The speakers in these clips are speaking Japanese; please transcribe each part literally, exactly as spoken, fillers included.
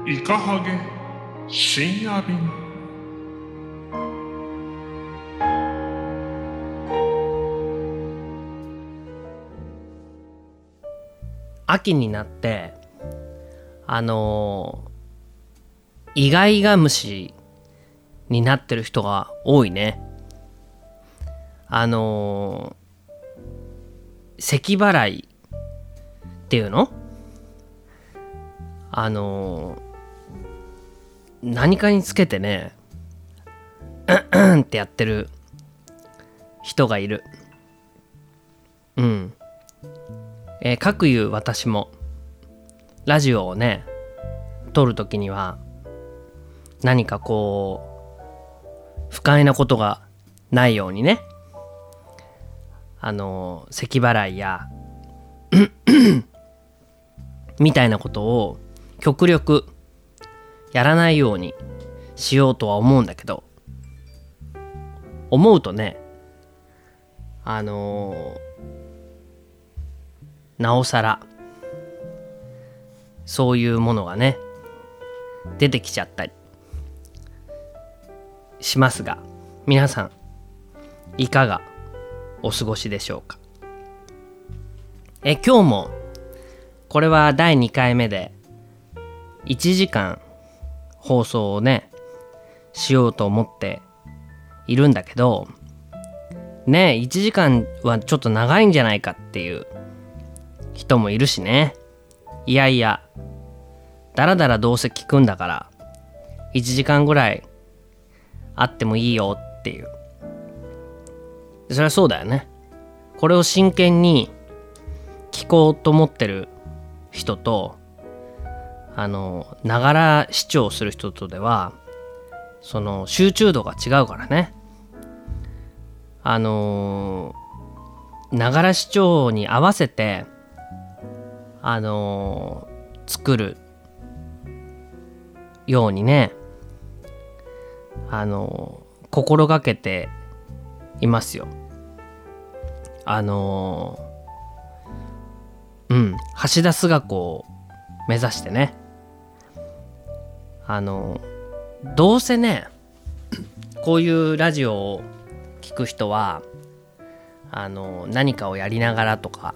イカハゲ深夜便。 秋になってあのー、イガイガムシになってる人が多いね。あのー、咳払いっていうのあのー、何かにつけてねうんうんってやってる人がいる。うんえー、かくいう私もラジオをね撮るときには何かこう不快なことがないようにね、あの咳払いやみたいなことを極力やらないようにしようとは思うんだけど、思うとねあのーなおさらそういうものがね出てきちゃったりしますが、皆さんいかがお過ごしでしょうか。え今日もこれはだいにかいめでいちじかん放送をねしようと思っているんだけどね、いちじかんはちょっと長いんじゃないかっていう人もいるしね。いやいやだらだらどうせ聞くんだからいちじかんぐらいあってもいいよっていう、それはそうだよね。これを真剣に聞こうと思ってる人とあのながら視聴する人とではその集中度が違うからね。あのながら視聴に合わせてあのー、作るようにねあのー、心がけていますよ。あのー、うん橋田壽賀子を目指してね、あのー、どうせねこういうラジオを聞く人はあのー、何かをやりながらとか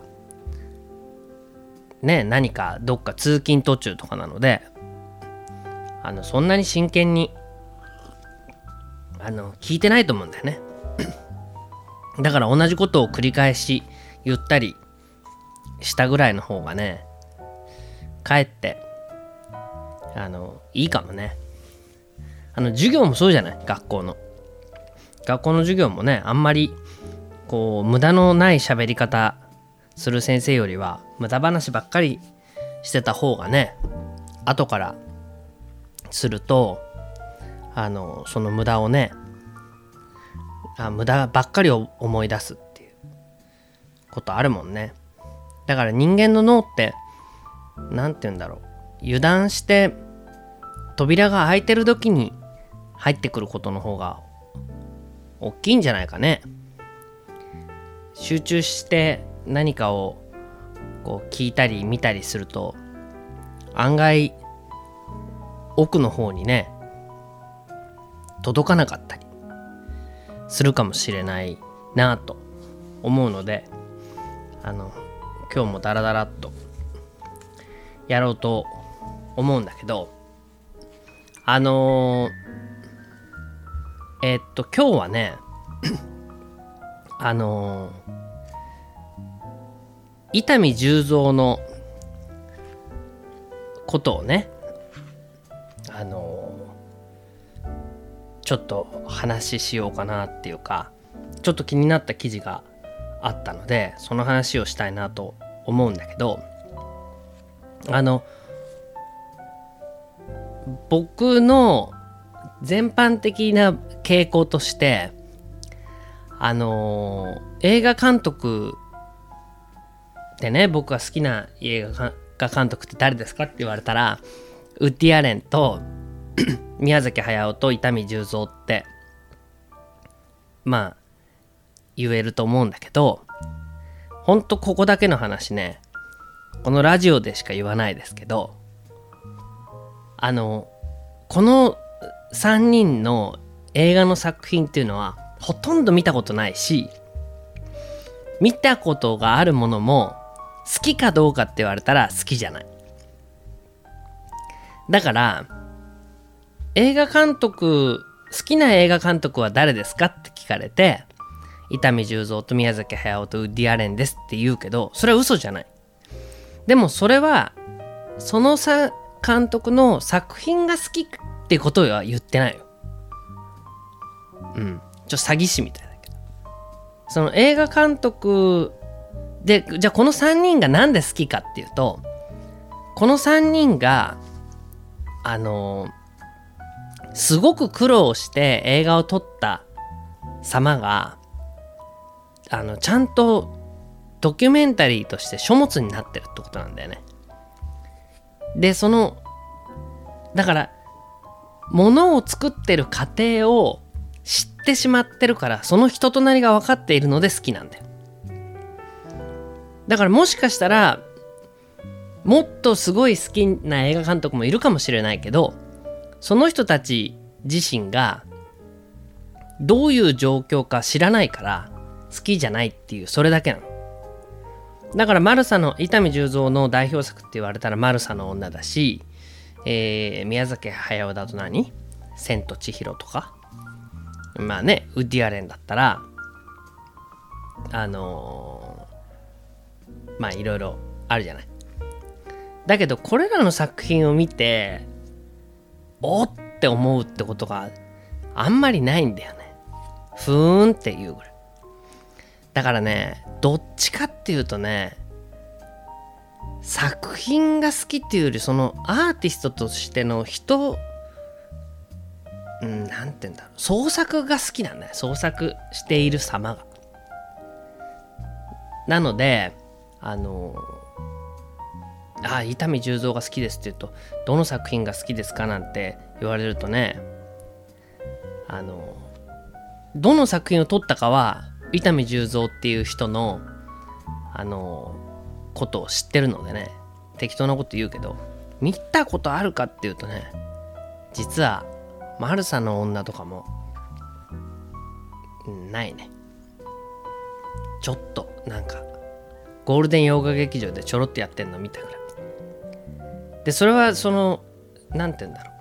ね、何かどっか通勤途中とかなのであのそんなに真剣にあの聞いてないと思うんだよねだから同じことを繰り返し言ったりしたぐらいの方がねかえってあのいいかもね。あの授業もそうじゃない。学校の学校の授業もねあんまりこう無駄のない喋り方する先生よりは無駄話ばっかりしてた方がね後からするとあのその無駄をねあ無駄ばっかりを思い出すっていうことあるもんね。だから人間の脳ってなんて言うんだろう、油断して扉が開いてる時に入ってくることの方が大きいんじゃないかね。集中して何かをこう聞いたり見たりすると案外奥の方にね届かなかったりするかもしれないなと思うので、あの今日もダラダラっとやろうと思うんだけど、あのー、えー、っと今日はねあのー伊丹十三のことをねあのー、ちょっと話ししようかなっていうかちょっと気になった記事があったのでその話をしたいなと思うんだけど、あの僕の全般的な傾向としてあのー、映画監督でね、僕が好きな映画監督って誰ですかって言われたらウッディ・アレンと宮崎駿と伊丹十三ってまあ言えると思うんだけど、ほんとここだけの話ねこのラジオでしか言わないですけど、 あのこのさんにんの映画の作品っていうのはほとんど見たことないし、見たことがあるものも好きかどうかって言われたら好きじゃない。だから映画監督、好きな映画監督は誰ですかって聞かれて、伊丹十三と宮崎駿とウッディ・アレンですって言うけど、それは嘘じゃない。でもそれはそのさ監督の作品が好きってことは言ってないよ。うん、ちょっと詐欺師みたいだけど、その映画監督で、じゃあこのさんにんがなんで好きかっていうと、このさんにんがあのすごく苦労して映画を撮った様があのちゃんとドキュメンタリーとして書物になってるってことなんだよね。でそのだから物を作ってる過程を知ってしまってるから、その人となりが分かっているので好きなんだよ。だからもしかしたらもっとすごい好きな映画監督もいるかもしれないけど、その人たち自身がどういう状況か知らないから好きじゃないっていう、それだけなの。だからマルサの伊丹十三の代表作って言われたらマルサの女だし、えー、宮崎駿だと何千と千尋とか、まあね、ウッディアレンだったらあのー、まあいろいろあるじゃない。だけどこれらの作品を見ておって思うってことがあんまりないんだよね。ふーんっていうぐらい。だからね、どっちかっていうとね、作品が好きっていうよりそのアーティストとしての人、うん、なんて言うんだろう、創作が好きなんだよ。創作している様が。なのであのあ伊丹十三が好きですって言うと、どの作品が好きですかなんて言われるとね、あのどの作品を撮ったかは伊丹十三っていう人のあのことを知ってるのでね、適当なこと言うけど、見たことあるかっていうとね、実はマルサの女とかもないね。ちょっとなんかゴールデン洋画劇場でちょろっとやってんの見たぐらいで、それはそのなんて言うんだろう、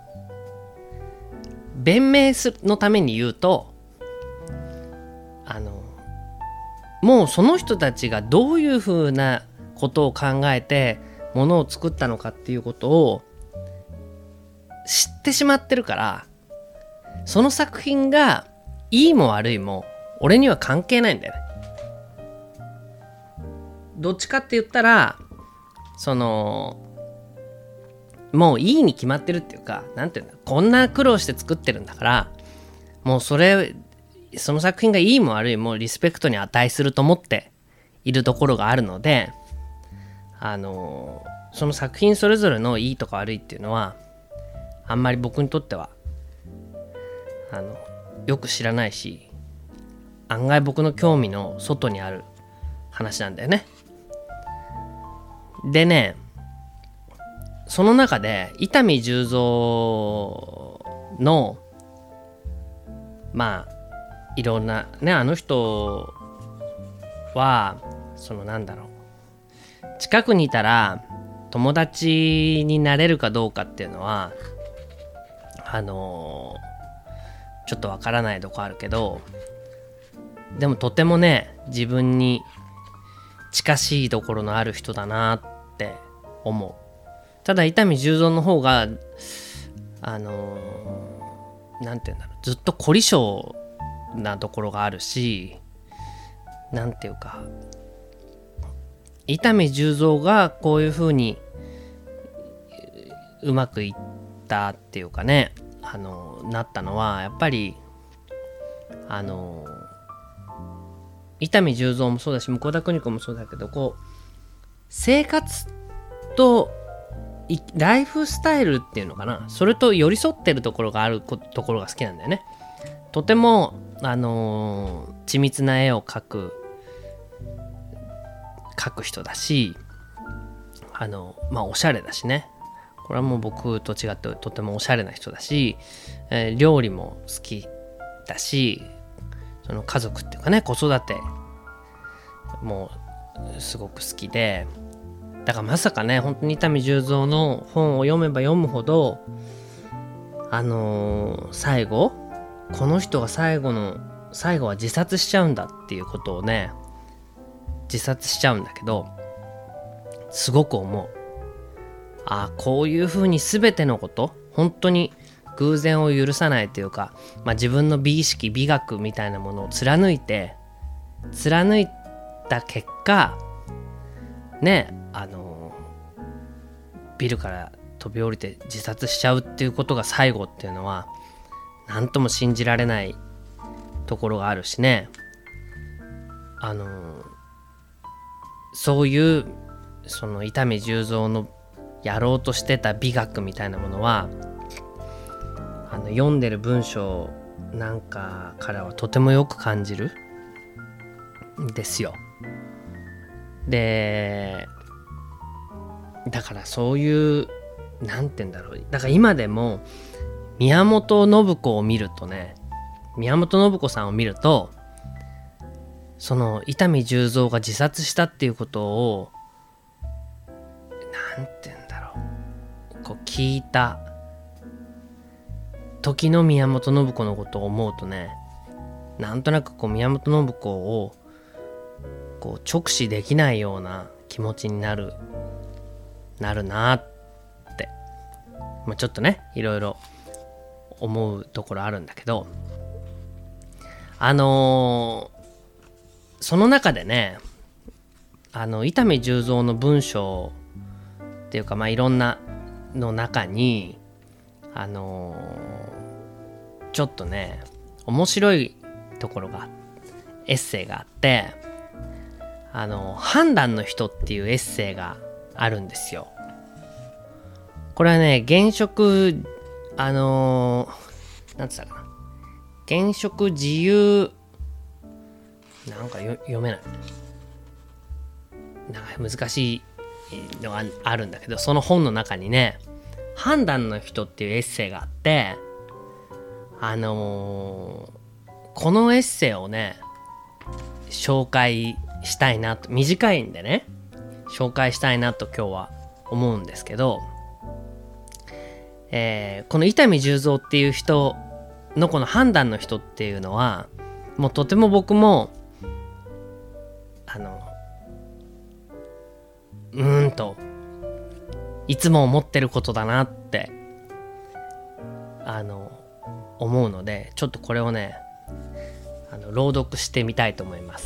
弁明するのために言うと、あのもうその人たちがどういうふうなことを考えてものを作ったのかっていうことを知ってしまってるから、その作品がいいも悪いも俺には関係ないんだよね。どっちかって言ったらそのもういいに決まってるっていうか、なんていうんだ、こんな苦労して作ってるんだから、もうそれその作品がいいも悪いもリスペクトに値すると思っているところがあるので、あのその作品それぞれのいいとか悪いっていうのはあんまり僕にとってはあのよく知らないし、案外僕の興味の外にある話なんだよね。でね、その中で伊丹十三のまあいろんなね、あの人はそのなんだろう、近くにいたら友達になれるかどうかっていうのはあのー、ちょっとわからないとこあるけど、でもとてもね自分に近しいところのある人だなって思う。ただ伊丹十三の方があのー、なんていうんだろう、ずっと凝り性なところがあるし、なんていうか伊丹十三がこういう風にうまくいったっていうかね、あのなったのはやっぱりあの伊丹十三もそうだし向田邦子もそうだけど、こう生活とライフスタイルっていうのかな、それと寄り添ってるところがあるところが好きなんだよね。とてもあのー、緻密な絵を描く描く人だし、あのまあおしゃれだしね、 これはもう僕と違ってとてもおしゃれな人だし、えー、料理も好きだし、その家族っていうかね、子育てもすごく好きで、だからまさかね、本当に伊丹十三の本を読めば読むほど、あのー、最後この人が最後の最後は自殺しちゃうんだっていうことをね、自殺しちゃうんだけど、すごく思う。あ、こういう風に全てのこと、本当に偶然を許さないというか、まあ、自分の美意識美学みたいなものを貫いて貫いた結果ね、あのビルから飛び降りて自殺しちゃうっていうことが最後っていうのは何とも信じられないところがあるしね。あのそういうその伊丹十三のやろうとしてた美学みたいなものは、あの読んでる文章なんかからはとてもよく感じるんですよ。でだからそういうなんて言うんだろう、だから今でも宮本信子を見るとね、宮本信子さんを見ると、その伊丹十三が自殺したっていうことをなんて言うんだろう、こう聞いた時の宮本信子のことを思うとね、なんとなくこう宮本信子をこう直視できないような気持ちになるなるなって、まあ、ちょっとねいろいろ思うところあるんだけど、あのー、その中でね、あの伊丹十三の文章っていうか、まあいろんなの中にあのー、ちょっとね面白いところがエッセイがあって、あの判断の人っていうエッセイがあるんですよ。これはね、現職あのー、なんて言ったかな、現職自由なんかよ読めない、なんか難しいのがあるんだけど、その本の中にね、判断の人っていうエッセイがあって、あのー、このエッセイをね紹介したいなと、短いんでね紹介したいなと今日は思うんですけど、えー、この伊丹十三っていう人のこの判断の人っていうのは、もうとても僕もあのうーんといつも思ってることだなってあの思うので、ちょっとこれをねあの朗読してみたいと思います。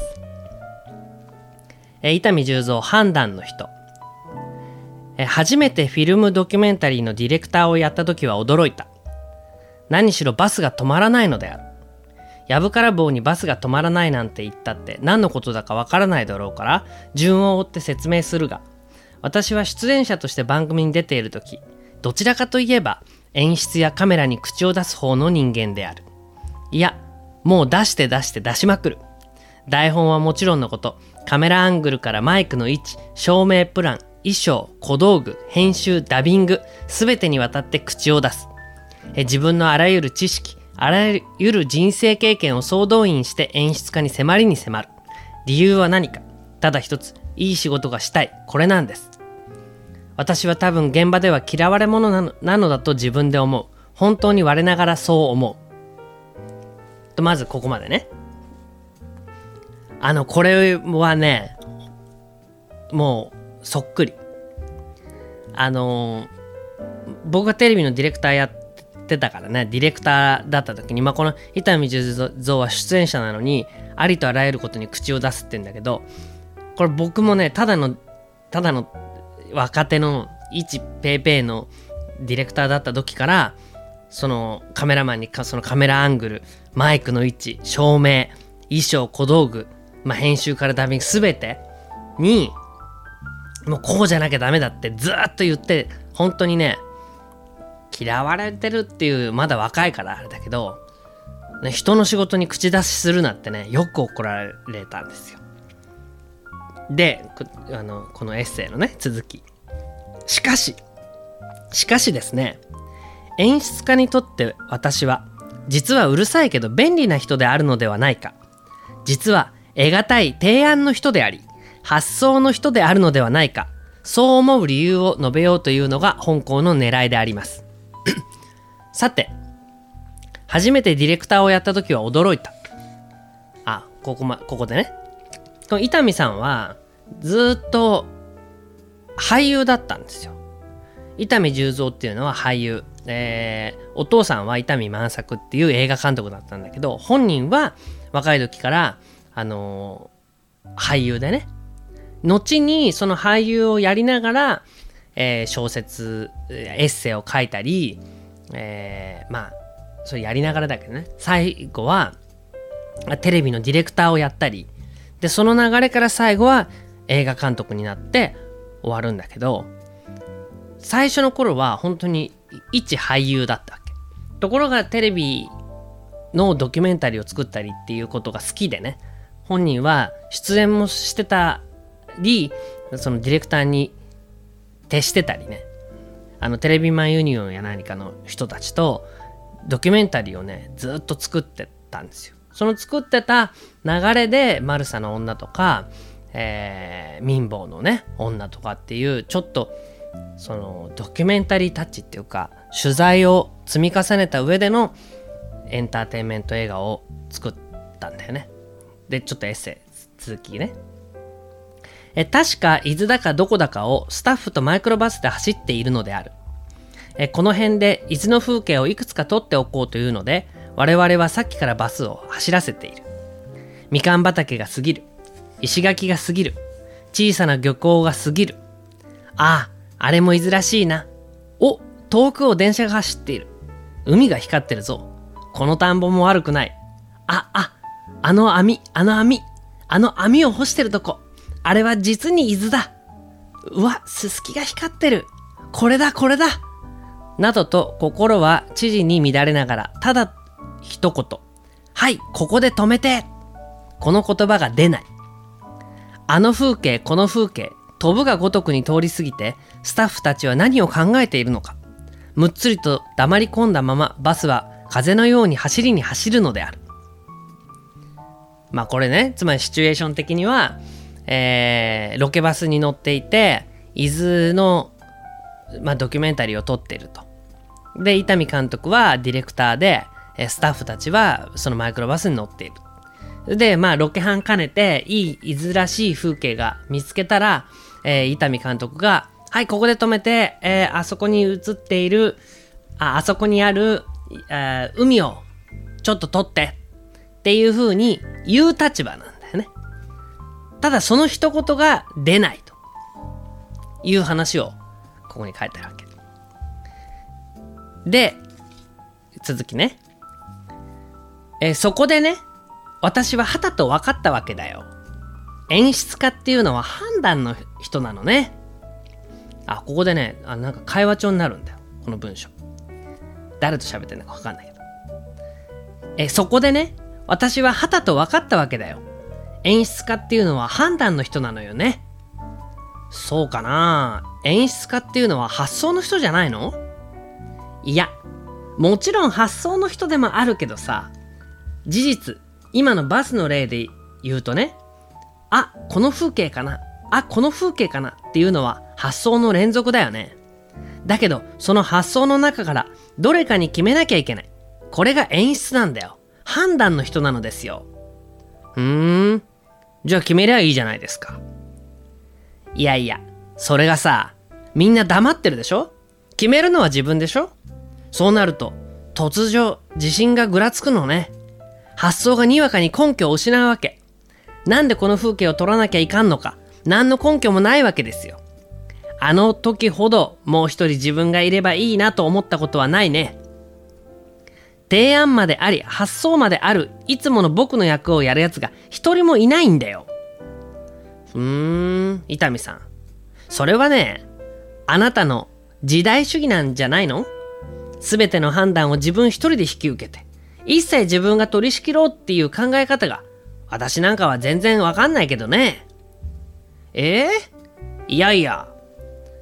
えー、伊丹十三判断の人。えー、初めてフィルムドキュメンタリーのディレクターをやった時は驚いた。何しろバスが止まらないのである。やぶから棒にバスが止まらないなんて言ったって何のことだかわからないだろうから、順を追って説明するが、私は出演者として番組に出ている時、どちらかといえば演出やカメラに口を出す方の人間である。いや、もう出して出して出しまくる。台本はもちろんのこと、カメラアングルからマイクの位置、照明プラン、衣装、小道具、編集、ダビング、すべてにわたって口を出す。え自分のあらゆる知識、あらゆる人生経験を総動員して演出家に迫りに迫る。理由は何か、ただ一つ、いい仕事がしたい、これなんです。私は多分現場では嫌われ者な の, なのだと自分で思う。本当に我ながらそう思う。とまずここまでね。あのこれはね、もうそっくり。あの僕がテレビのディレクターやってたからね、ディレクターだった時に、まあ、この伊丹十三は出演者なのにありとあらゆることに口を出すって言うんだけど、これ僕もね、ただのただの若手の一ペーペーのディレクターだった時から、そのカメラマンにそのカメラアングル、マイクの位置、照明、衣装、小道具、まあ、編集からダビング全てにもうこうじゃなきゃダメだってずーっと言って、本当にね嫌われてるっていう、まだ若いからあれだけど、ね、人の仕事に口出しするなってね、よく怒られたんですよ。で、あのこのエッセイのね続き。しかししかしですね、演出家にとって私は実はうるさいけど便利な人であるのではないか、実は得難い提案の人であり発想の人であるのではないか、そう思う理由を述べようというのが本校の狙いでありますさて、初めてディレクターをやった時は驚いた。あ、ここま、ここでね、この伊丹さんはずっと俳優だったんですよ。伊丹十三っていうのは俳優、えー、お父さんは伊丹万作っていう映画監督だったんだけど、本人は若い時からあのー、俳優でね、後にその俳優をやりながら、えー、小説エッセイを書いたり、えー、まあそれやりながらだけどね、最後はテレビのディレクターをやったりで、その流れから最後は映画監督になって終わるんだけど、最初の頃は本当に一俳優だったわけ。ところがテレビのドキュメンタリーを作ったりっていうことが好きでね、本人は出演もしてたり、そのディレクターに徹してたりね、あのテレビマンユニオンや何かの人たちとドキュメンタリーをねずっと作ってたんですよ。その作ってた流れでマルサの女とか、えー、民房のね女とかっていうちょっとそのドキュメンタリータッチっていうか取材を積み重ねた上でのエンターテインメント映画を作ったんだよね。でちょっとエッセイ続きね。え確か伊豆だかどこだかをスタッフとマイクロバスで走っているのである。えこの辺で伊豆の風景をいくつか撮っておこうというので、我々はさっきからバスを走らせている。みかん畑が過ぎる、石垣が過ぎる、小さな漁港が過ぎる。ああ、あれも伊豆らしいな。お、遠くを電車が走っている。海が光ってるぞ。この田んぼも悪くない。あ、あ、あの網、あの網、あの網を干してるとこ。あれは実に伊豆だ。うわ、すすきが光ってる。これだ、これだ。などと心は知事に乱れながら、ただ一言。はい、ここで止めて。この言葉が出ない。あの風景、この風景、飛ぶが如くに通り過ぎて、スタッフたちは何を考えているのか。むっつりと黙り込んだままバスは風のように走りに走るのである。まあこれね、つまりシチュエーション的には、えー、ロケバスに乗っていて伊豆の、まあ、ドキュメンタリーを撮っていると。で伊丹監督はディレクターで、スタッフたちはそのマイクロバスに乗っている。でまあロケハン兼ねていい伊豆らしい風景が見つけたら、えー、伊丹監督がはいここで止めて、えー、あそこに映っている あ, あそこにあるあ海をちょっと撮ってっていう風に言う立場なんだよね。ただその一言が出ないという話をここに書いてあるわけで、続きね、えー、そこでね私ははたと分かったわけだよ。演出家っていうのは判断の人なのね。あ、ここでね、あなんか会話帳になるんだよ、この文章。誰と喋ってんのか分かんないけど。え、そこでね、私ははたと分かったわけだよ。演出家っていうのは判断の人なのよね。そうかな。演出家っていうのは発想の人じゃないの？いや、もちろん発想の人でもあるけどさ、事実、今のバスの例で言うとね、あ、この風景かな、あ、この風景かなっていうのは発想の連続だよね。だけど、その発想の中からどれかに決めなきゃいけない。これが演出なんだよ。判断の人なのですよ。うーん、じゃあ決めりゃいいじゃないですか。いやいや、それがさ、みんな黙ってるでしょ？決めるのは自分でしょ？そうなると、突如、自信がぐらつくのね。発想がにわかに根拠を失うわけ。なんでこの風景を撮らなきゃいかんのか、何の根拠もないわけですよ。あの時ほどもう一人自分がいればいいなと思ったことはないね。提案まであり、発想まである、いつもの僕の役をやるやつが一人もいないんだよ。うーん、伊丹さん。それはね、あなたの時代主義なんじゃないの？すべての判断を自分一人で引き受けて、一切自分が取り仕切ろうっていう考え方が、私なんかは全然わかんないけどね。えー、いやいや、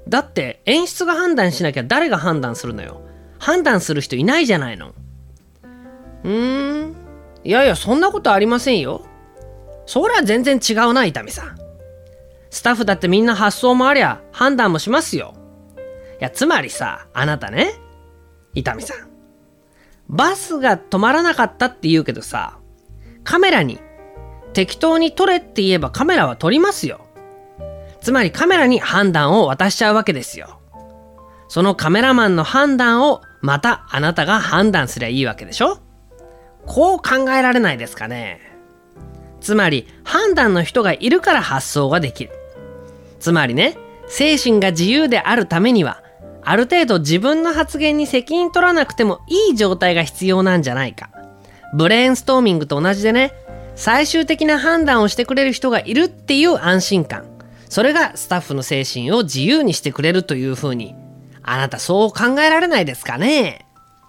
だって演出が判断しなきゃ誰が判断するのよ。判断する人いないじゃないの。うーん、いやいや、そんなことありませんよ。そりゃ全然違うな、伊丹さん。スタッフだってみんな発想もありゃ判断もしますよ。いや、つまりさ、あなたね、伊丹さん、バスが止まらなかったって言うけどさ、カメラに適当に撮れって言えばカメラは撮りますよ。つまりカメラに判断を渡しちゃうわけですよ。そのカメラマンの判断をまたあなたが判断すりゃいいわけでしょ。こう考えられないですかね。つまり判断の人がいるから発想ができる。つまりね、精神が自由であるためにはある程度自分の発言に責任取らなくてもいい状態が必要なんじゃないか。ブレインストーミングと同じでね、最終的な判断をしてくれる人がいるっていう安心感、それがスタッフの精神を自由にしてくれるというふうに、あなたそう考えられないですかね。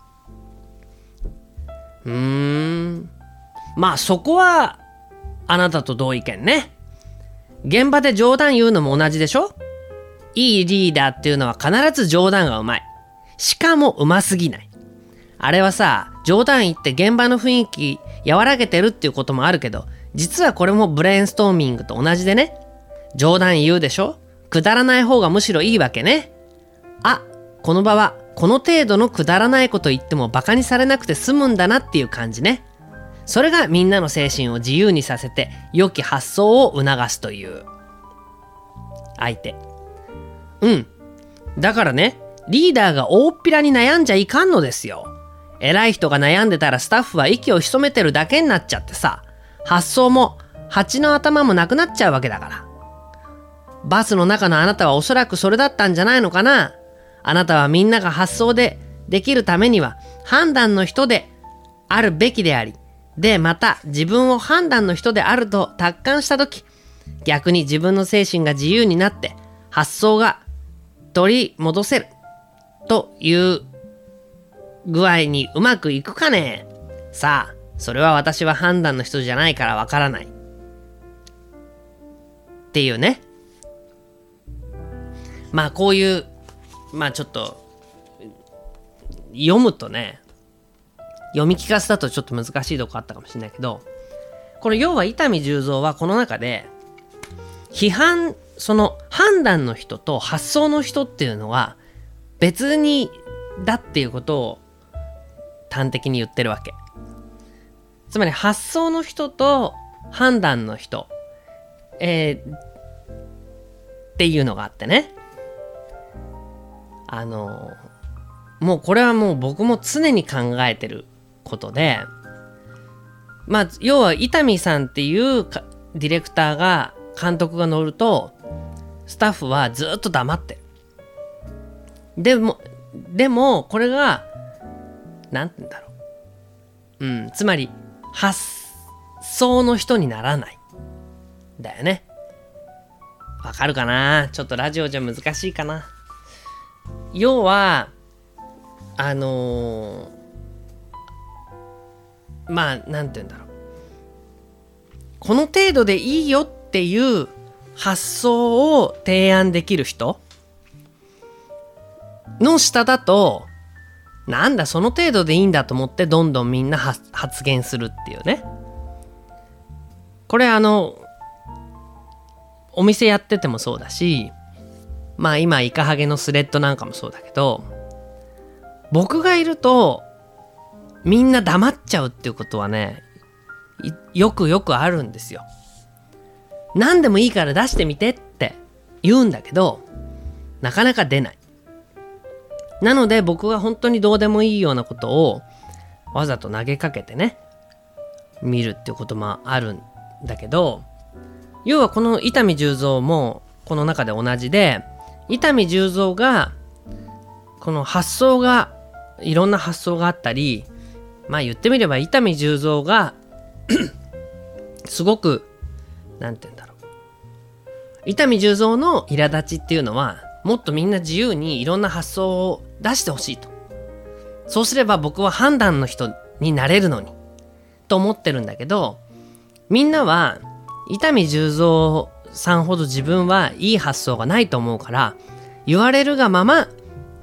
うーん、まあそこはあなたと同意見ね。現場で冗談言うのも同じでしょ。いいリーダーっていうのは必ず冗談がうまい。しかもうますぎない。あれはさ、冗談言って現場の雰囲気和らげてるっていうこともあるけど、実はこれもブレインストーミングと同じでね、冗談言うでしょ。くだらない方がむしろいいわけね。あ、この場はこの程度のくだらないこと言ってもバカにされなくて済むんだなっていう感じね。それがみんなの精神を自由にさせて良き発想を促すという相手。うん。だからね、リーダーが大っぴらに悩んじゃいかんのですよ。偉い人が悩んでたらスタッフは息を潜めてるだけになっちゃってさ、発想も蜂の頭もなくなっちゃうわけだから。バスの中のあなたはおそらくそれだったんじゃないのかな。あなたはみんなが発想でできるためには判断の人であるべきであり、でまた自分を判断の人であると達観したとき、逆に自分の精神が自由になって発想が取り戻せるという具合にうまくいくかね。さあ、それは私は判断の人じゃないからわからないっていうね。まあこういう、まあちょっと読むとね、読み聞かせだとちょっと難しいとこあったかもしれないけど、この要は伊丹十三はこの中で批判、その判断の人と発想の人っていうのは別にだっていうことを端的に言ってるわけ。つまり発想の人と判断の人、えー、っていうのがあってね、あのもうこれはもう僕も常に考えてることで、まあ要は伊丹さんっていうディレクターが監督が乗るとスタッフはずっと黙ってる。でもでもこれがなんて言うんだろう、うん、つまり発想の人にならないだよね。わかるかな。ちょっとラジオじゃ難しいかな。要はあのー、まあなんて言うんだろう、この程度でいいよっていう発想を提案できる人の下だと、なんだその程度でいいんだと思ってどんどんみんな発言するっていうね。これあのお店やっててもそうだし、まあ今イカハゲのスレッドなんかもそうだけど、僕がいるとみんな黙っちゃうっていうことはね、よくよくあるんですよ。何でもいいから出してみてって言うんだけど、なかなか出ない。なので僕は本当にどうでもいいようなことをわざと投げかけてね見るっていうこともあるんだけど、要はこの伊丹十三もこの中で同じで、伊丹十三がこの発想がいろんな発想があったり、まあ言ってみれば伊丹十三がすごくなんて言うんだろう、伊丹十三の苛立ちっていうのはもっとみんな自由にいろんな発想を出してほしいと。そうすれば僕は判断の人になれるのにと思ってるんだけど、みんなは伊丹十三さんほど自分はいい発想がないと思うから、 言われるがまま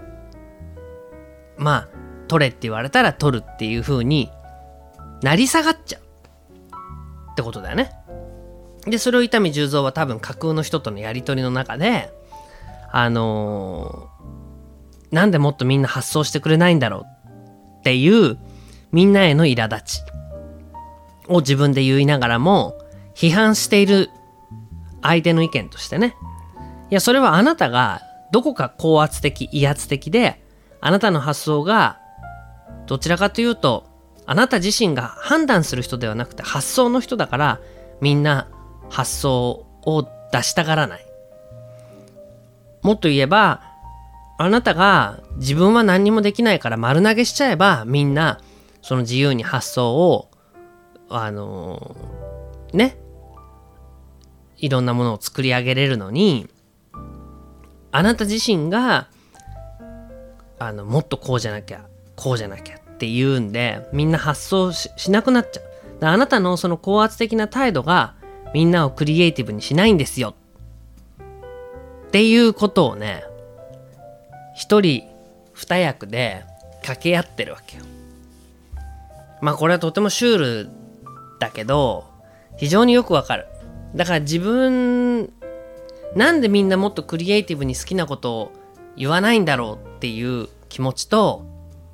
まあ取れって言われたら取るっていう風になり下がっちゃうってことだよね。でそれを伊丹十三は多分架空の人とのやり取りの中であのー、なんでもっとみんな発想してくれないんだろうっていうみんなへの苛立ちを自分で言いながらも批判している相手の意見としてね、いやそれはあなたがどこか高圧的威圧的で、あなたの発想がどちらかというとあなた自身が判断する人ではなくて発想の人だから、みんな発想を出したがらない。もっと言えばあなたが自分は何にもできないから丸投げしちゃえば、みんなその自由に発想をあのー、ねいろんなものを作り上げれるのに、あなた自身があのもっとこうじゃなきゃこうじゃなきゃっていうんでみんな発想 し, しなくなっちゃう。あなたのその高圧的な態度がみんなをクリエイティブにしないんですよっていうことをね、一人二役で掛け合ってるわけよ。まあこれはとてもシュールだけど非常によくわかる。だから自分なんでみんなもっとクリエイティブに好きなことを言わないんだろうっていう気持ちと、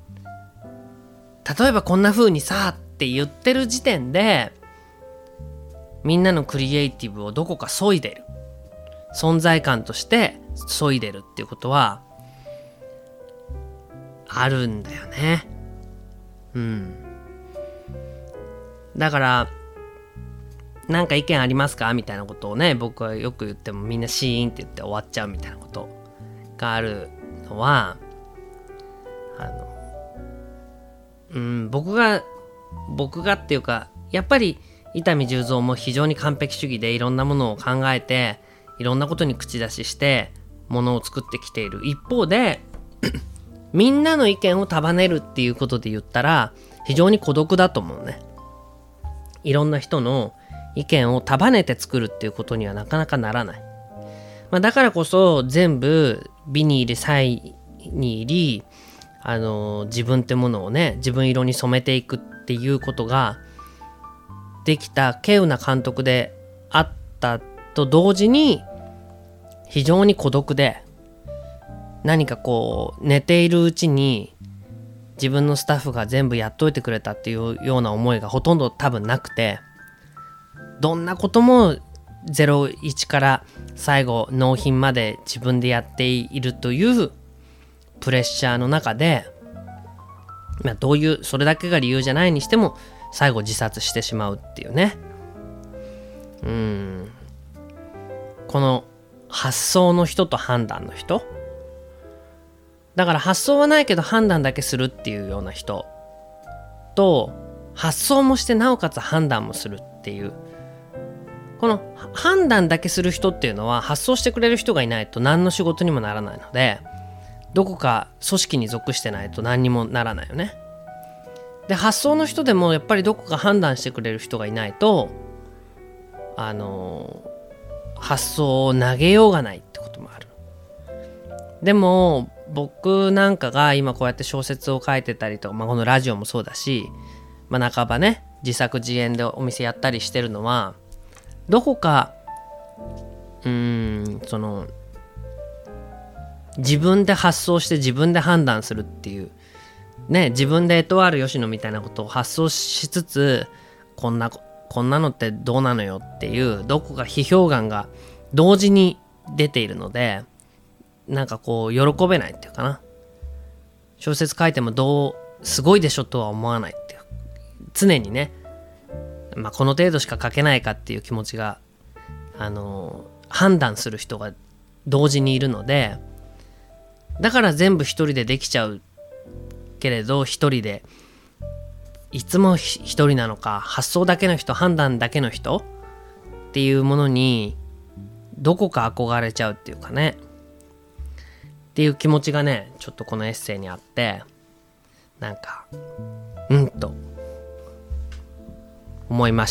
例えばこんな風にさって言ってる時点でみんなのクリエイティブをどこか削いでる、存在感として削いでるっていうことはあるんだよね。うんだからなんか意見ありますかみたいなことをね、僕はよく言ってもみんなシーンって言って終わっちゃうみたいなことがあるのは、あのうん僕が僕がっていうかやっぱり伊丹十三も非常に完璧主義でいろんなものを考えていろんなことに口出ししてものを作ってきている一方でみんなの意見を束ねるっていうことで言ったら非常に孤独だと思うね。いろんな人の意見を束ねて作るっていうことにはなかなかならない、まあ、だからこそ全部美に入り彩に入りあの自分ってものをね自分色に染めていくっていうことができた稀有な監督であったと同時に非常に孤独で、何かこう寝ているうちに自分のスタッフが全部やっといてくれたっていうような思いがほとんど多分なくて、どんなこともゼロイチから最後納品まで自分でやっているというプレッシャーの中で、まあ、どういうそれだけが理由じゃないにしても最後自殺してしまうっていうね。うーんこの発想の人と判断の人だから、発想はないけど判断だけするっていうような人と、発想もしてなおかつ判断もするっていう、この判断だけする人っていうのは発想してくれる人がいないと何の仕事にもならないので、どこか組織に属してないと何にもならないよね。で発想の人でもやっぱりどこか判断してくれる人がいないとあの発想を投げようがないってこともある。でも僕なんかが今こうやって小説を書いてたりとか、まあ、このラジオもそうだし、まあ、半ばね自作自演でお店やったりしてるのは、どこかうーんその自分で発想して自分で判断するっていうね、自分でエトワール吉野みたいなことを発想しつつ、こんなこんなのってどうなのよっていうどこか批評眼が同時に出ているので、なんかこう喜べないっていうかな、小説書いてもどうすごいでしょとは思わないっていう、常にね、まあ、この程度しか書けないかっていう気持ちがあの判断する人が同時にいるので、だから全部一人でできちゃうけれど、一人でいつも一人なのか、発想だけの人、判断だけの人っていうものにどこか憧れちゃうっていうかね、っていう気持ちがねちょっとこのエッセイにあって、なんかうんと思いました。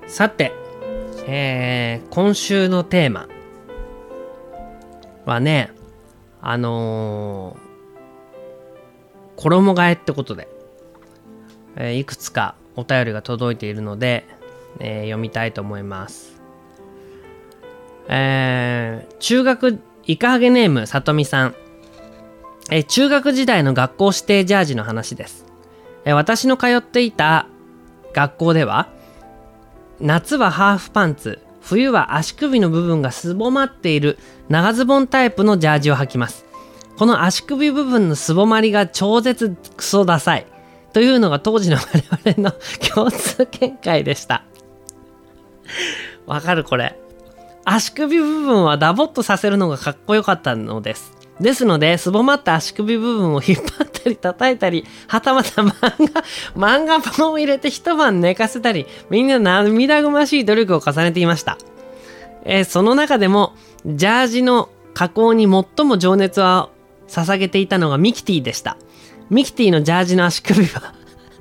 さて、えー、今週のテーマはね、あのー、衣替えってことで、えー、いくつかお便りが届いているので、えー、読みたいと思います。えー、中学イカハゲネームさとみさん、えー、中学時代の学校指定ジャージの話です。えー、私の通っていた学校では夏はハーフパンツ、冬は足首の部分がすぼまっている長ズボンタイプのジャージを履きます。この足首部分のすぼまりが超絶クソダサいというのが当時の我々の共通見解でした。わかるこれ。足首部分はダボっとさせるのがかっこよかったのです。ですので、すぼまった足首部分を引っ張ったり叩いたり、はたまた漫画、漫画本を入れて一晩寝かせたり、みんな涙ぐましい努力を重ねていました。えー、その中でも、ジャージの加工に最も情熱を捧げていたのがミキティでした。ミキティのジャージの足首は、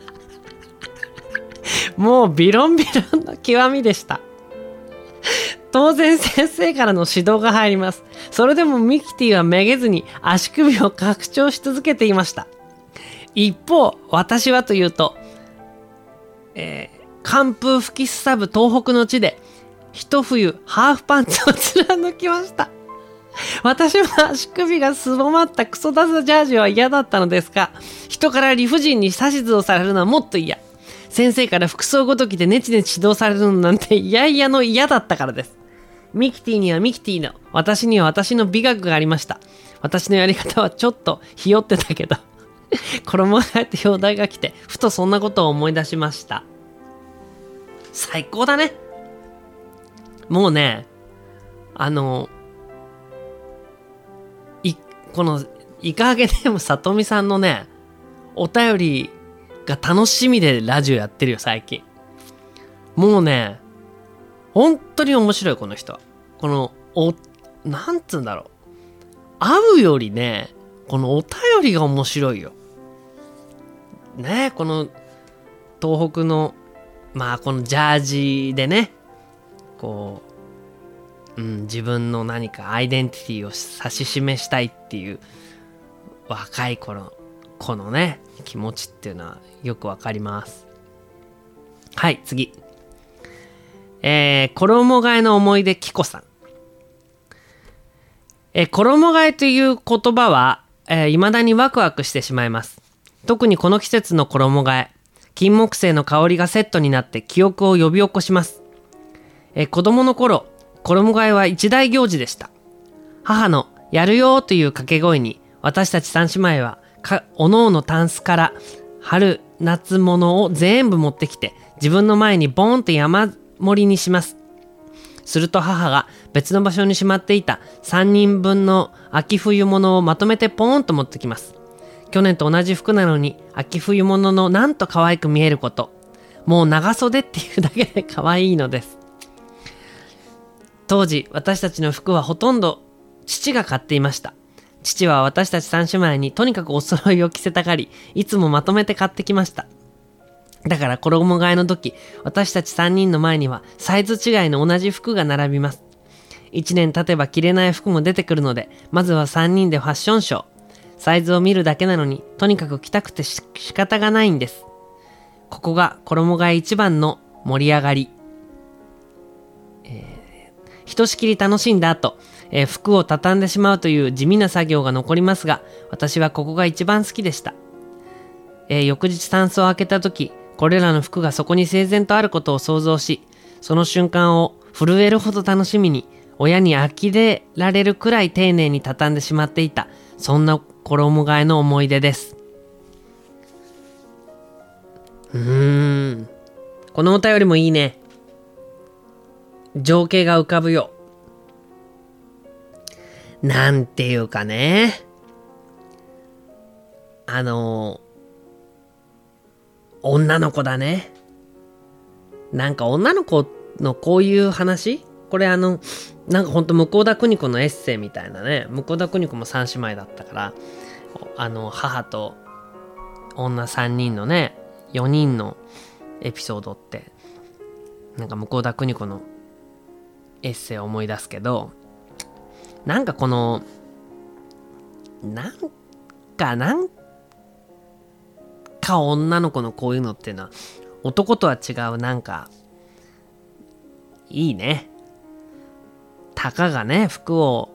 もうビロンビロンの極みでした。当然先生からの指導が入ります。それでもミキティはめげずに足首を拡張し続けていました。一方、私はというと、えー、寒風吹きすさぶ東北の地で一冬ハーフパンツを貫きました。私は足首がすぼまったクソダサジャージは嫌だったのですが、人から理不尽に指図をされるのはもっと嫌。先生から服装ごときでネチネチ指導されるのなんて嫌々の嫌だったからです。ミキティにはミキティの、私には私の美学がありました。私のやり方はちょっとひよってたけど衣替えって表題が来て、ふとそんなことを思い出しました。最高だね。もうね、あのいこのイカハゲネームさとみさんのね、お便りが楽しみでラジオやってるよ最近。もうね、本当に面白いこの人は。このおなんつうんだろう、会うよりね、このお便りが面白いよね。この東北のまあこのジャージでね、こう、うん、自分の何かアイデンティティを指し示したいっていう若い頃このね気持ちっていうのはよくわかります。はい、次。えー、衣替えの思い出キコさん。えー、衣替えという言葉は、えー、未だにワクワクしてしまいます。特にこの季節の衣替え、金木犀の香りがセットになって記憶を呼び起こします。えー、子供の頃、衣替えは一大行事でした。母のやるよーという掛け声に、私たち三姉妹はかおのおのタンスから春夏物を全部持ってきて、自分の前にボーンと山盛りにします。すると母が別の場所にしまっていたさんにんぶんの秋冬物をまとめてポーンと持ってきます。去年と同じ服なのに秋冬物のなんと可愛く見えること。もう長袖っていうだけで可愛いのです。当時私たちの服はほとんど父が買っていました。父は私たち三姉妹にとにかくお揃いを着せたがり、いつもまとめて買ってきました。だから衣替えの時、私たちさんにんの前にはサイズ違いの同じ服が並びます。いちねん経てば着れない服も出てくるので、まずはさんにんでファッションショー。サイズを見るだけなのに、とにかく着たくてし仕方がないんです。ここが衣替え一番の盛り上がり。えー、ひとしきり楽しんだ後、えー、服を畳んでしまうという地味な作業が残りますが、私はここが一番好きでした。えー、翌日タンスを開けた時、これらの服がそこに整然とあることを想像し、その瞬間を震えるほど楽しみに、親に呆れられるくらい丁寧に畳んでしまっていた、そんな衣替えの思い出です。うーん、このお便りもいいね。情景が浮かぶよ。なんていうかね、あの女の子だね。なんか女の子のこういう話、これあのなんかほんと向田邦子のエッセイみたいなね。向田邦子も三姉妹だったから、あの母と女さんにんのねよにんのエピソードってなんか向田邦子のエッセイを思い出すけど、なんかこのなんかなんか女の子のこういうのっていうのは男とは違う、なんかいいね。たかがね服を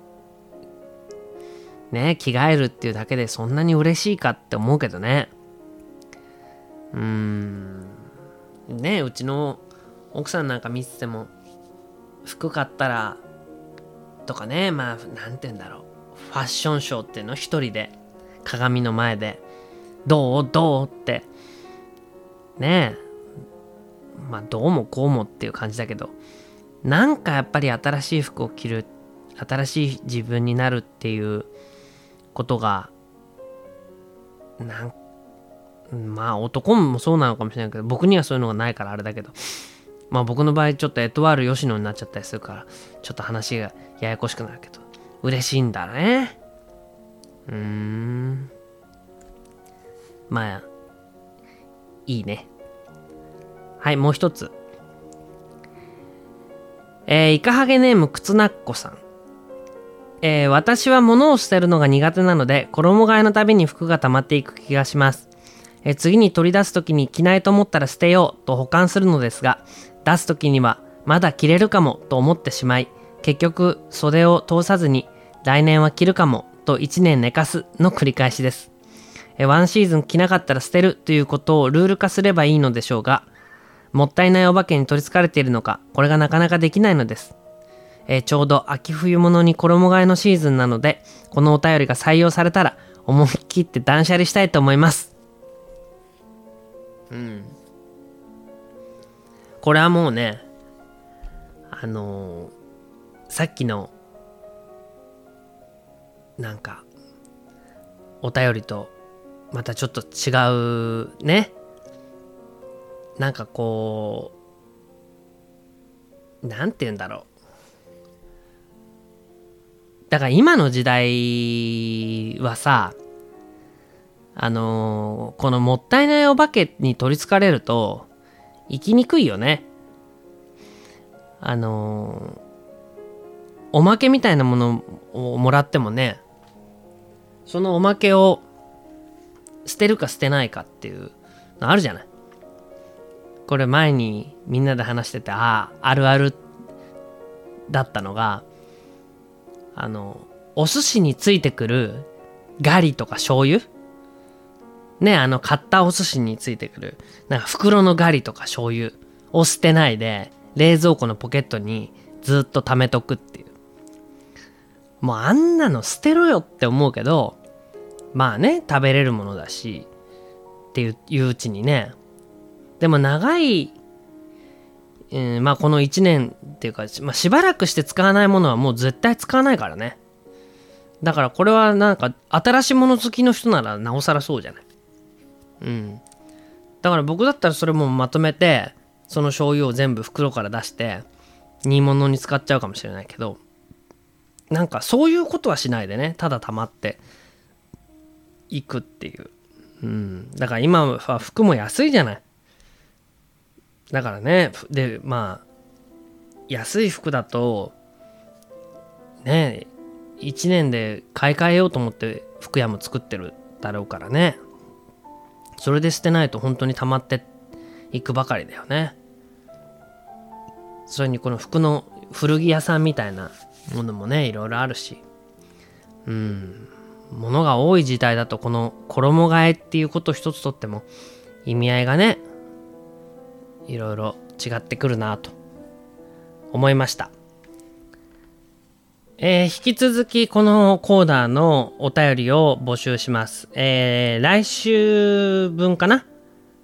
ね着替えるっていうだけでそんなに嬉しいかって思うけどね。うーんねうちの奥さんなんか見てても服買ったらとかね、まあなんて言うんだろう、ファッションショーっていうの一人で鏡の前でどうどうってねえ、まあどうもこうもっていう感じだけど、なんかやっぱり新しい服を着る、新しい自分になるっていうことがなんまあ男もそうなのかもしれないけど、僕にはそういうのがないからあれだけど、まあ僕の場合ちょっとエトワール吉野になっちゃったりするからちょっと話がややこしくなるけど、嬉しいんだね。うーんまあいいね。はい、もう一つ。えー、イカハゲネームくつなっこさん。えー、私は物を捨てるのが苦手なので衣替えのたびに服が溜まっていく気がします。えー、次に取り出すときに着ないと思ったら捨てようと保管するのですが、出すときにはまだ着れるかもと思ってしまい、結局袖を通さずに来年は着るかもといちねん寝かすの繰り返しです。えー、ワンシーズン着なかったら捨てるということをルール化すればいいのでしょうが、もったいないお化けに取りつかれているのか、これがなかなかできないのです。えー、ちょうど秋冬物に衣替えのシーズンなので、このお便りが採用されたら思い切って断捨離したいと思います。うん。これはもうね、あのー、さっきのなんかお便りとまたちょっと違うね。なんかこうなんて言うんだろう、だから今の時代はさ、あのー、このもったいないお化けに取りつかれると生きにくいよね。あのー、おまけみたいなものをもらってもね、そのおまけを捨てるか捨てないかっていうのあるじゃない。これ前にみんなで話してて、あああるあるだったのが、あのお寿司についてくるガリとか醤油ね、あの買ったお寿司についてくるなんか袋のガリとか醤油を捨てないで冷蔵庫のポケットにずっと貯めとくっていう。もうあんなの捨てろよって思うけど、まあね食べれるものだしっていう、いううちにね。でも長い、えー、まあこのいちねんっていうか、まあ、しばらくして使わないものはもう絶対使わないからね。だからこれはなんか新しいもの好きの人ならなおさらそうじゃない。うん。だから僕だったらそれもまとめてその醤油を全部袋から出して煮物に使っちゃうかもしれないけど、なんかそういうことはしないでね、ただ溜まっていくっていう。うん。だから今は服も安いじゃない。だからね、でまあ安い服だとねいちねんで買い替えようと思って服屋も作ってるだろうからね、それで捨てないと本当に溜まっていくばかりだよね。それにこの服の古着屋さんみたいなものもねいろいろあるし、うん物が多い時代だとこの衣替えっていうこと一つとっても意味合いがねいろいろ違ってくるなと思いました。えー、引き続きこのコーナーのお便りを募集します。えー、来週分かな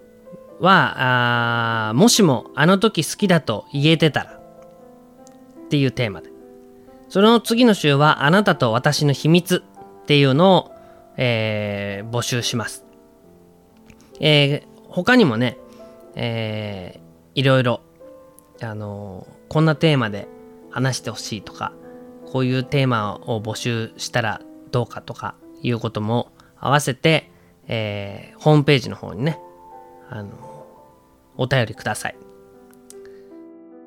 はあもしもあの時好きだと言えてたらっていうテーマで、その次の週はあなたと私の秘密っていうのを、えー、募集します。えー、他にもねえー、いろいろ、あのー、こんなテーマで話してほしいとか、こういうテーマを募集したらどうかとかいうことも合わせて、えー、ホームページの方にね、あのー、お便りください。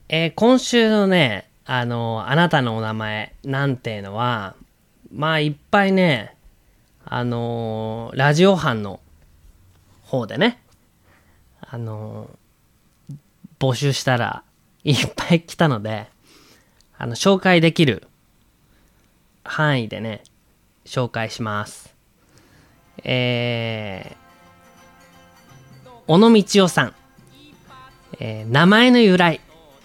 えー今週のね、あのあなたのお名前なんていうのは、まあいっぱいね、あのーラジオ班の方でね、あのー募集したらいっぱい来たので、あの紹介できる範囲でね紹介します。えー、小野道夫さん、えー名前の由来、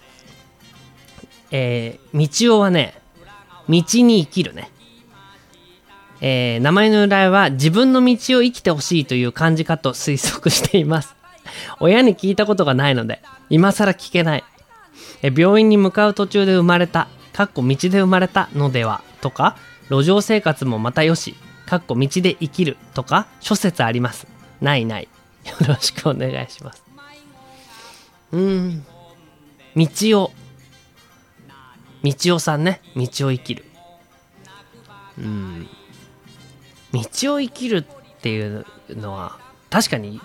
えー、道夫はね、道に生きるね。えー名前の由来は自分の道を生きてほしいという感じかと推測しています。親に聞いたことがないので今更聞けない。えー病院に向かう途中で生まれた、かっこ道で生まれたのではとか、路上生活もまたよし、かっこ道で生きるとか諸説あります。ないない。よろしくお願いします。うーん、道を道夫さんね、道を生きる。うん、道を生きるっていうのは確かに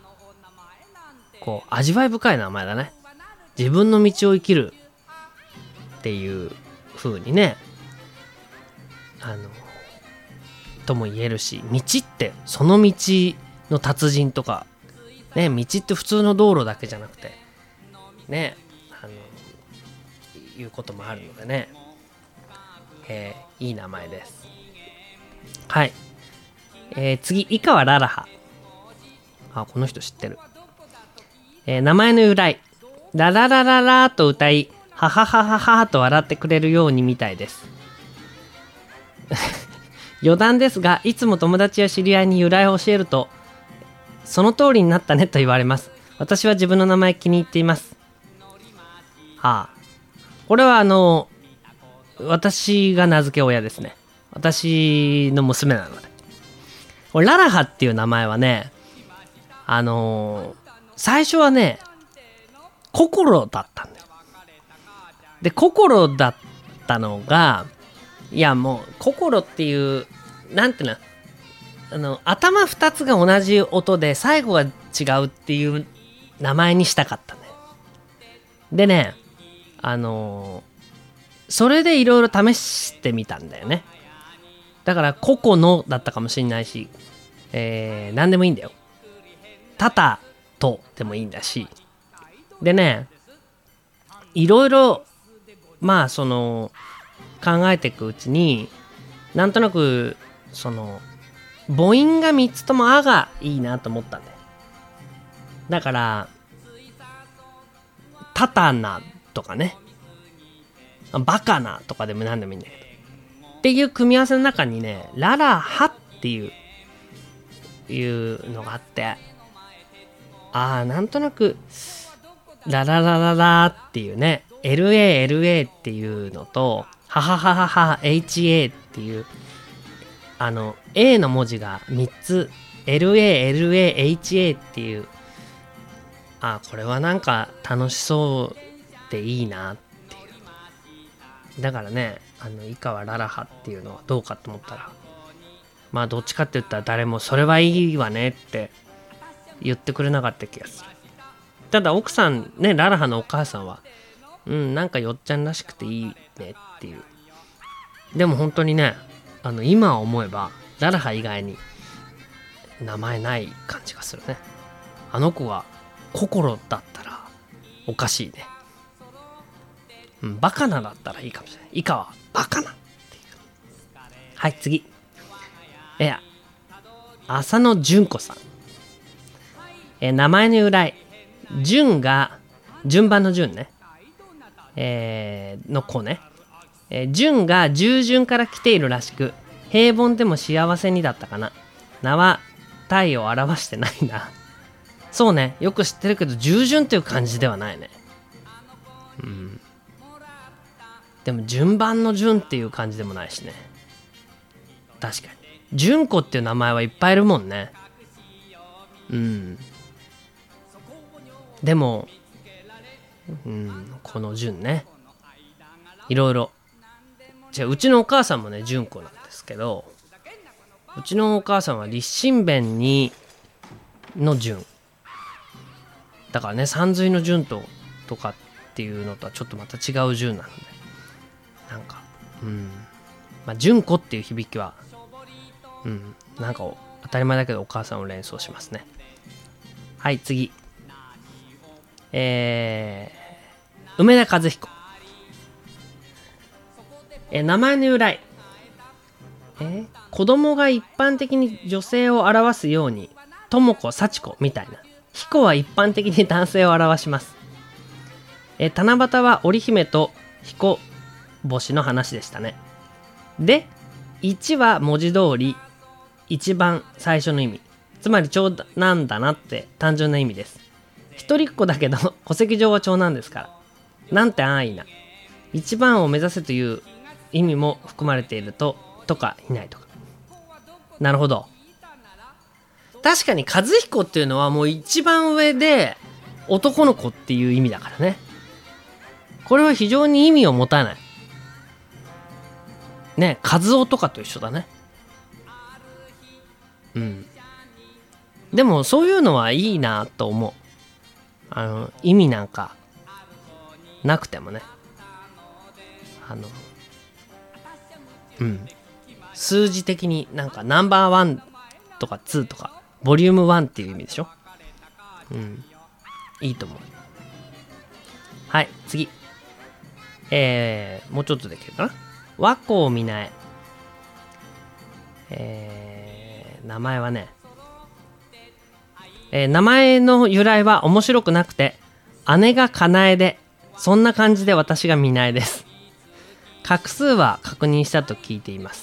こう味わい深い名前だね。自分の道を生きるっていう風にね、あのとも言えるし、道ってその道の達人とかね、道って普通の道路だけじゃなくてね、あのいうこともあるのでね、えーいい名前です。はい、えー次、井川ララハ。あ、この人知ってる。えー名前の由来、ラララララーと歌い、はははははと笑ってくれるようにみたいです。余談ですが、いつも友達や知り合いに由来を教えると、その通りになったねと言われます。私は自分の名前気に入っています。はあ、これはあの私が名付け親ですね。私の娘なので。これララハっていう名前はね、あのー最初はね、心だったんだよ。で、心だったのが、いやもう心っていう、なんていうの、あの頭二つが同じ音で最後が違うっていう名前にしたかったんだよ。でね、あのーそれでいろいろ試してみたんだよね。だからココのだったかもしれないし、えー、何でもいいんだよ。タタとでもいいんだし。でね、いろいろまあその考えていくうちに、なんとなくその母音がみっつともあがいいなと思ったんだよ。だからタタナとかね、バカなとかでも何でもいいんだけど、っていう組み合わせの中にね、ララハっていういうのがあって、ああ、なんとなくラララララっていうね、 エルエーエルエー っていうのと、ハハハハハ エイチエー っていう、あの A の文字がみっつ、 エルエーエルエーエイチエー っていう、あ、これはなんか楽しそうでいいなっていう。だからね、あの井川ララハっていうのはどうかと思ったら、まあどっちかって言ったら誰もそれはいいわねって言ってくれなかった気がする。ただ奥さんね、ララハのお母さんは、うん、なんかよっちゃんらしくていいねっていう。でも本当にね、あの今思えばララハ以外に名前ない感じがするね。あの子が心だったらおかしいね。うん、バカなだったらいいかもしれない。以下はバカなっていう。はい、次。えや、浅野純子さん。え名前の由来、純が順番の順ね、えー、の子ね。えー、純が従順から来ているらしく、平凡でも幸せにだったかな。名は体を表してないな。そうね、よく知ってるけど従順っていう感じではないね。うん。でも順番の順っていう感じでもないしね。確かに純子っていう名前はいっぱいいるもんね。うん。でも、うん、この純ね、いろいろ。じゃあうちのお母さんもね純子なんですけど、うちのお母さんは立身弁にの純だからね、さんずいの純ととかっっていうのとはちょっとまた違う純なので、なんかうんまあ純子っていう響きはうんなんか当たり前だけどお母さんを連想しますね。はい、次。えー、梅田和彦。えー、名前の由来。えー、子供が一般的に女性を表すように、智子、幸子みたいな。彦は一般的に男性を表します。えー、七夕は織姫と彦星の話でしたね。で、いちは文字通り、一番最初の意味。つまり長男だなって単純な意味です。一人っ子だけど戸籍上は長男ですから。なんて安易な。一番を目指せという意味も含まれていると、とかいないとか。なるほど。確かに和彦っていうのはもう一番上で男の子っていう意味だからね。これは非常に意味を持たない。ね、和夫とかと一緒だね。うん。でもそういうのはいいなと思う。あの意味なんかなくてもね、あのうん数字的になんかナンバーワンとかツーとかボリュームワンっていう意味でしょ。うんいいと思う。はい、次。えー、もうちょっとできるかな。和光美奈ええー、名前はねえー、名前の由来は面白くなくて、姉がかなえで、そんな感じで私がみなえです。画数は確認したと聞いています。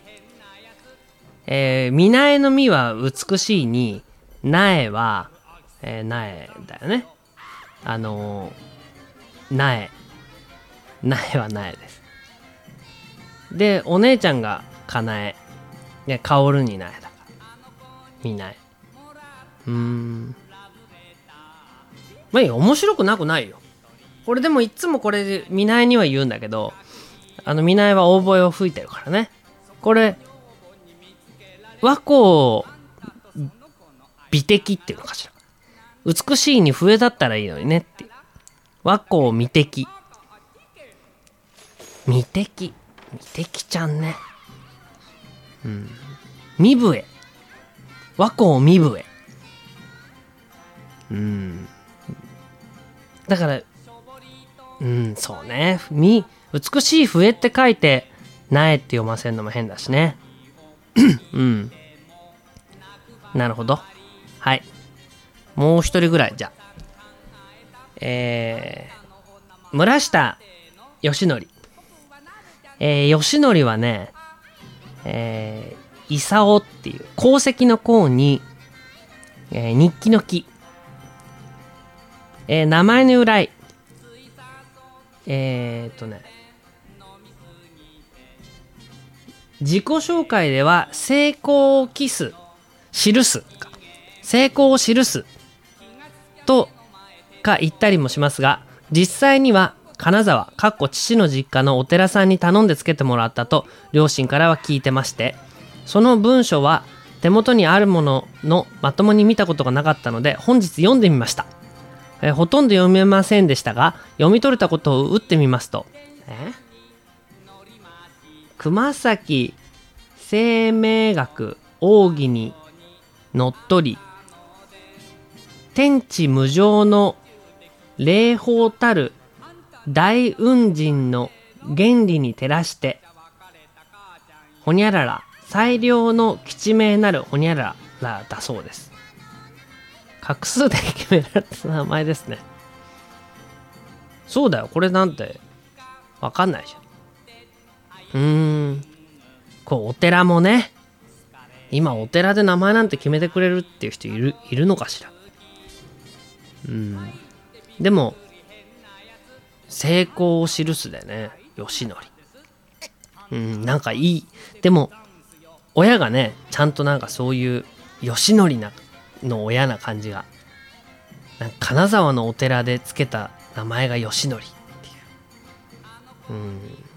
えー、みなえのみは美しいに、なえは、えー、なえだよね。あのー、なえ。なえはなえです。で、お姉ちゃんがかなえ。で、かおるになえだから。みなえ。うーんまあいいよ、面白くなくないよ。これでもいつもこれでみなえには言うんだけど、あのみなえは大声を吹いてるからね。これ和光美的っていうのかしら。美しいに笛だったらいいのにねっていう。和光美的美的美的ちゃんね。うん身笛和光身笛うんだからうんそうねみ美しい笛って書いてなえって読ませるのも変だしねうんなるほど。はいもう一人ぐらいじゃえー、村下義則えー、義則はねえー、功っていう功績の功に、えー、日記の記えー、名前の由来えー、っとね自己紹介では成功を期す記すか成功を記すとか言ったりもしますが、実際には金沢かっこ父の実家のお寺さんに頼んでつけてもらったと両親からは聞いてまして、その文書は手元にあるもののまともに見たことがなかったので本日読んでみました。えー、ほとんど読めませんでしたが読み取れたことを打ってみますと、え熊崎生命学奥義にのっとり天地無常の霊法たる大雲神の原理に照らしてほにゃらら最良の吉名なるほにゃららだそうです。画数で決められた名前ですね。そうだよ、これなんてわかんないじゃん。うーんこうお寺もね、今お寺で名前なんて決めてくれるっていう人いるいるのかしら。うんでも成功を記すでね、義則。うんなんかいい。でも親がねちゃんとなんかそういう義則なの親な感じが、なんか金沢のお寺でつけた名前が義則っていう、うん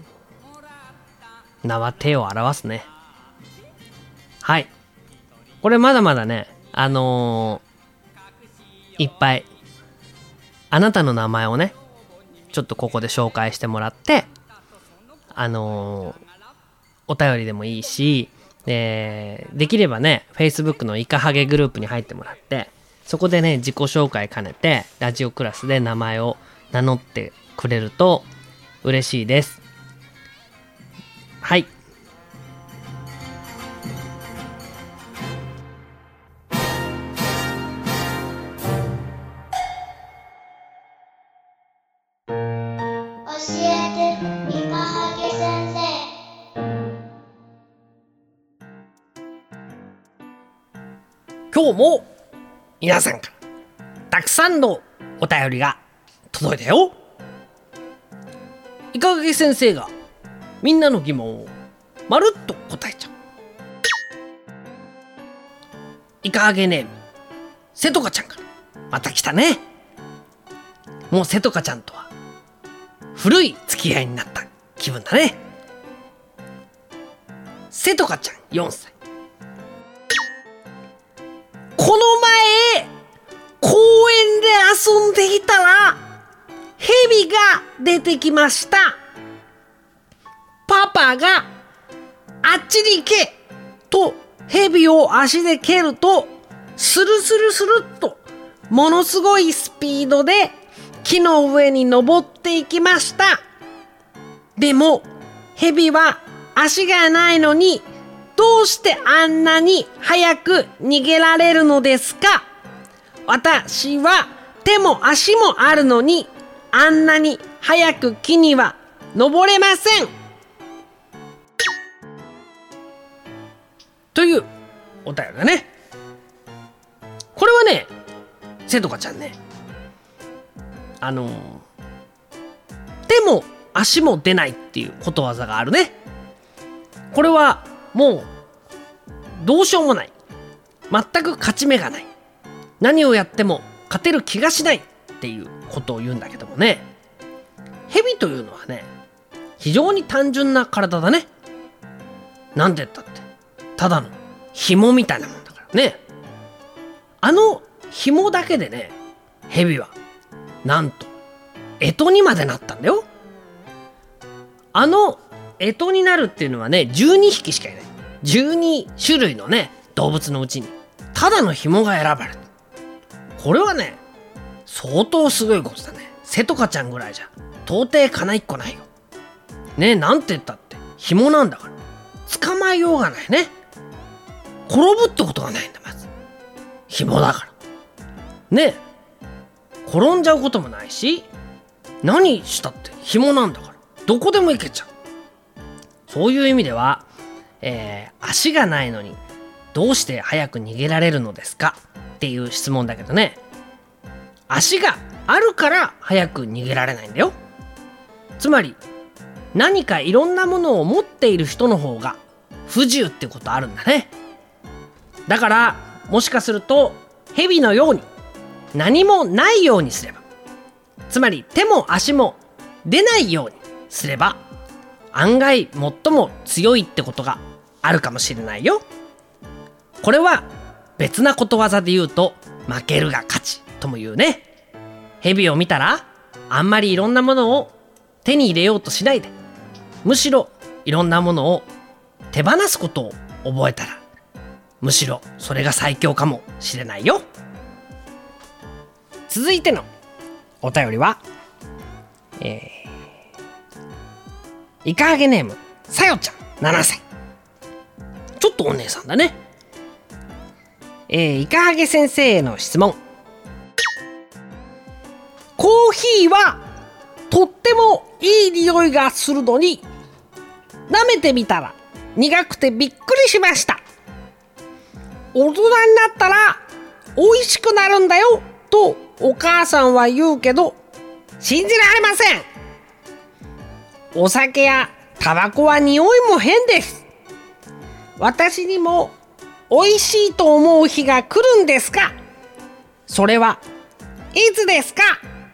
名は手を表すね。はい、これまだまだねあのー、いっぱいあなたの名前をねちょっとここで紹介してもらって、あのー、お便りでもいいし、えー、できればね Facebook のイカハゲグループに入ってもらって、そこでね自己紹介兼ねてラジオクラスで名前を名乗ってくれると嬉しいです。はい。 教えてイカハゲ先生。 今日も皆さんからたくさんのお便りが届いたよ。イカハゲ先生がみんなの疑問をまるっと答えちゃう。イカハゲネームせとかちゃんからまた来たね。もうせとかちゃんとは古い付き合いになった気分だね。せとかちゃんよんさい。この前公園で遊んでいたらヘビが出てきました。パパがあっちに行けとヘビを足で蹴ると、スルスルスルっとものすごいスピードで木の上に登っていきました。でもヘビは足がないのにどうしてあんなに早く逃げられるのですか？私は手も足もあるのにあんなに早く木には登れません。というお便りだね。これはね、せとかちゃんね、あのー、手も足も出ないっていうことわざがあるね。これはもうどうしようもない、全く勝ち目がない、何をやっても勝てる気がしないっていうことを言うんだけどもね、ヘビというのはね非常に単純な体だね。なんて言ったってただの紐みたいなもんだからね。あの紐だけでね、ヘビはなんと干支にまでなったんだよ。あの干支になるっていうのはねじゅうにひきしかいない。じゅうにしゅるいのね動物のうちにただの紐が選ばれた。これはね相当すごいことだね。せとかちゃんぐらいじゃ到底かないっこないよね。なんて言ったって紐なんだから捕まえようがないね。転ぶってことがないんだ。まず紐だからね、転んじゃうこともないし、何したって紐なんだからどこでも行けちゃう。そういう意味では、えー、足がないのにどうして早く逃げられるのですかっていう質問だけどね、足があるから早く逃げられないんだよ。つまり何かいろんなものを持っている人の方が不自由ってことあるんだね。だからもしかするとヘビのように何もないようにすれば、つまり手も足も出ないようにすれば案外最も強いってことがあるかもしれないよ。これは別なことわざで言うと負けるが勝ちとも言うね。ヘビを見たらあんまりいろんなものを手に入れようとしないで、むしろいろんなものを手放すことを覚えたら、むしろそれが最強かもしれないよ。続いてのお便りは、えー、イカハゲネームさよちゃんななさい。ちょっとお姉さんだね。えー、イカハゲ先生への質問。コーヒーはとってもいい匂いがするのに舐めてみたら苦くてびっくりしました。大人になったら美味しくなるんだよとお母さんは言うけど信じられません。お酒やタバコは匂いも変です。私にも美味しいと思う日が来るんですか？それはいつですか？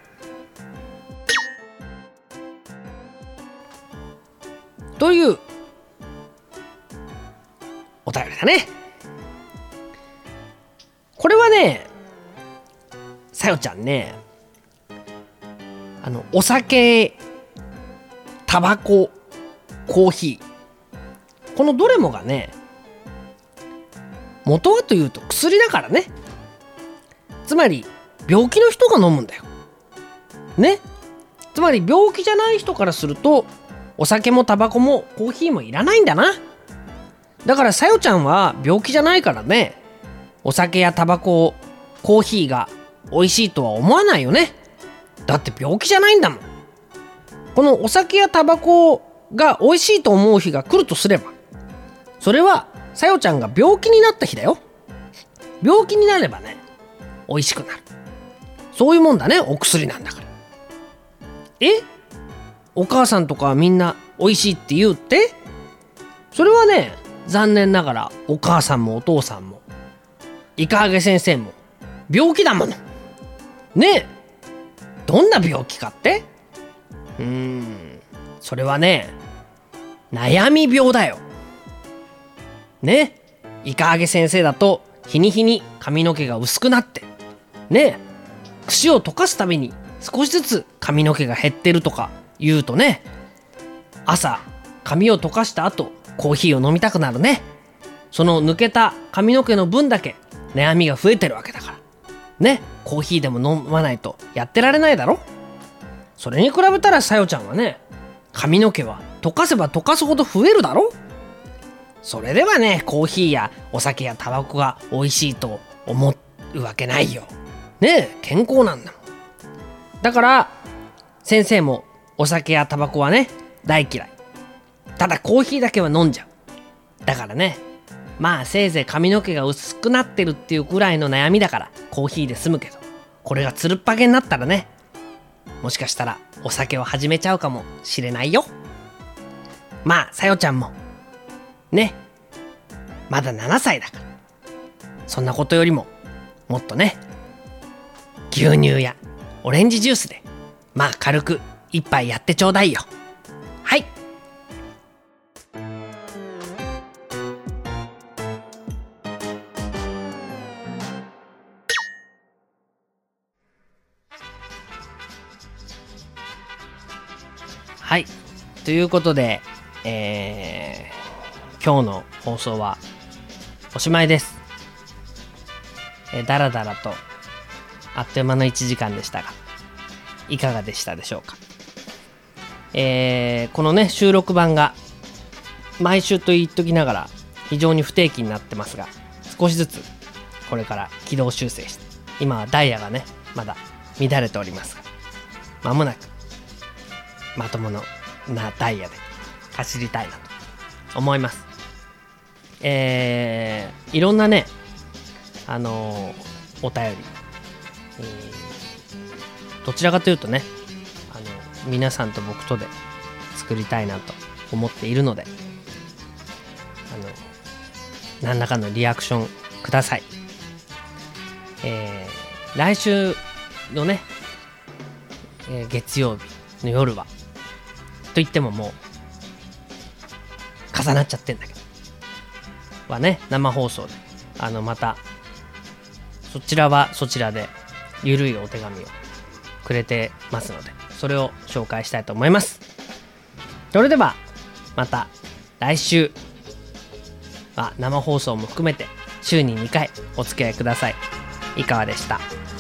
というお便りだね。これはね、さよちゃんね、 あのお酒、タバコ、コーヒー、このどれもがね、元はというと薬だからね。つまり病気の人が飲むんだよね。つまり病気じゃない人からすると、お酒もタバコもコーヒーもいらないんだな。だからさよちゃんは病気じゃないからね、お酒やタバコ、コーヒーが美味しいとは思わないよね。だって病気じゃないんだもん。このお酒やタバコが美味しいと思う日が来るとすれば、それはさよちゃんが病気になった日だよ。病気になればね、美味しくなる。そういうもんだね、お薬なんだから。え？お母さんとかみんな美味しいって言うって？それはね、残念ながらお母さんもお父さんもイカハゲ先生も病気だものねえ。どんな病気かって？うーんそれはね、悩み病だよね。イカハゲ先生だと日に日に髪の毛が薄くなってね、櫛を溶かすたびに少しずつ髪の毛が減ってるとか言うとね、朝髪を溶かした後コーヒーを飲みたくなるね。その抜けた髪の毛の分だけ悩みが増えてるわけだからね。コーヒーでも飲まないとやってられないだろ。それに比べたらさよちゃんはね、髪の毛は溶かせば溶かすほど増えるだろ。それではね、コーヒーやお酒やタバコが美味しいと思うわけないよね。え健康なんだもん。だから先生もお酒やタバコはね大嫌い。ただコーヒーだけは飲んじゃう。だからね、まあせいぜい髪の毛が薄くなってるっていうくらいの悩みだからコーヒーで済むけど、これがつるっぱげになったらね、もしかしたらお酒を始めちゃうかもしれないよ。まあさよちゃんもね、まだななさいだから、そんなことよりももっとね、牛乳やオレンジジュースでまあ軽く一杯やってちょうだいよ。はい。はい、ということで、えー、今日の放送はおしまいです。えー、だらだらとあっという間のいちじかんでしたが、いかがでしたでしょうか。えー、このね収録版が毎週と言っときながら非常に不定期になってますが、少しずつこれから軌道修正して、今はダイヤがねまだ乱れておりますが、まもなくまともなダイヤで走りたいなと思います。えー、いろんなねあのー、お便り、えー、どちらかというとね、あの皆さんと僕とで作りたいなと思っているので、あの何らかのリアクションください。えー、来週のね、えー、月曜日の夜はと言ってももう重なっちゃってんだけどはね、生放送であのまたそちらはそちらでゆるいお手紙をくれてますので、それを紹介したいと思います。それではまた来週は生放送も含めて週ににかいお付き合いください。いかがでした？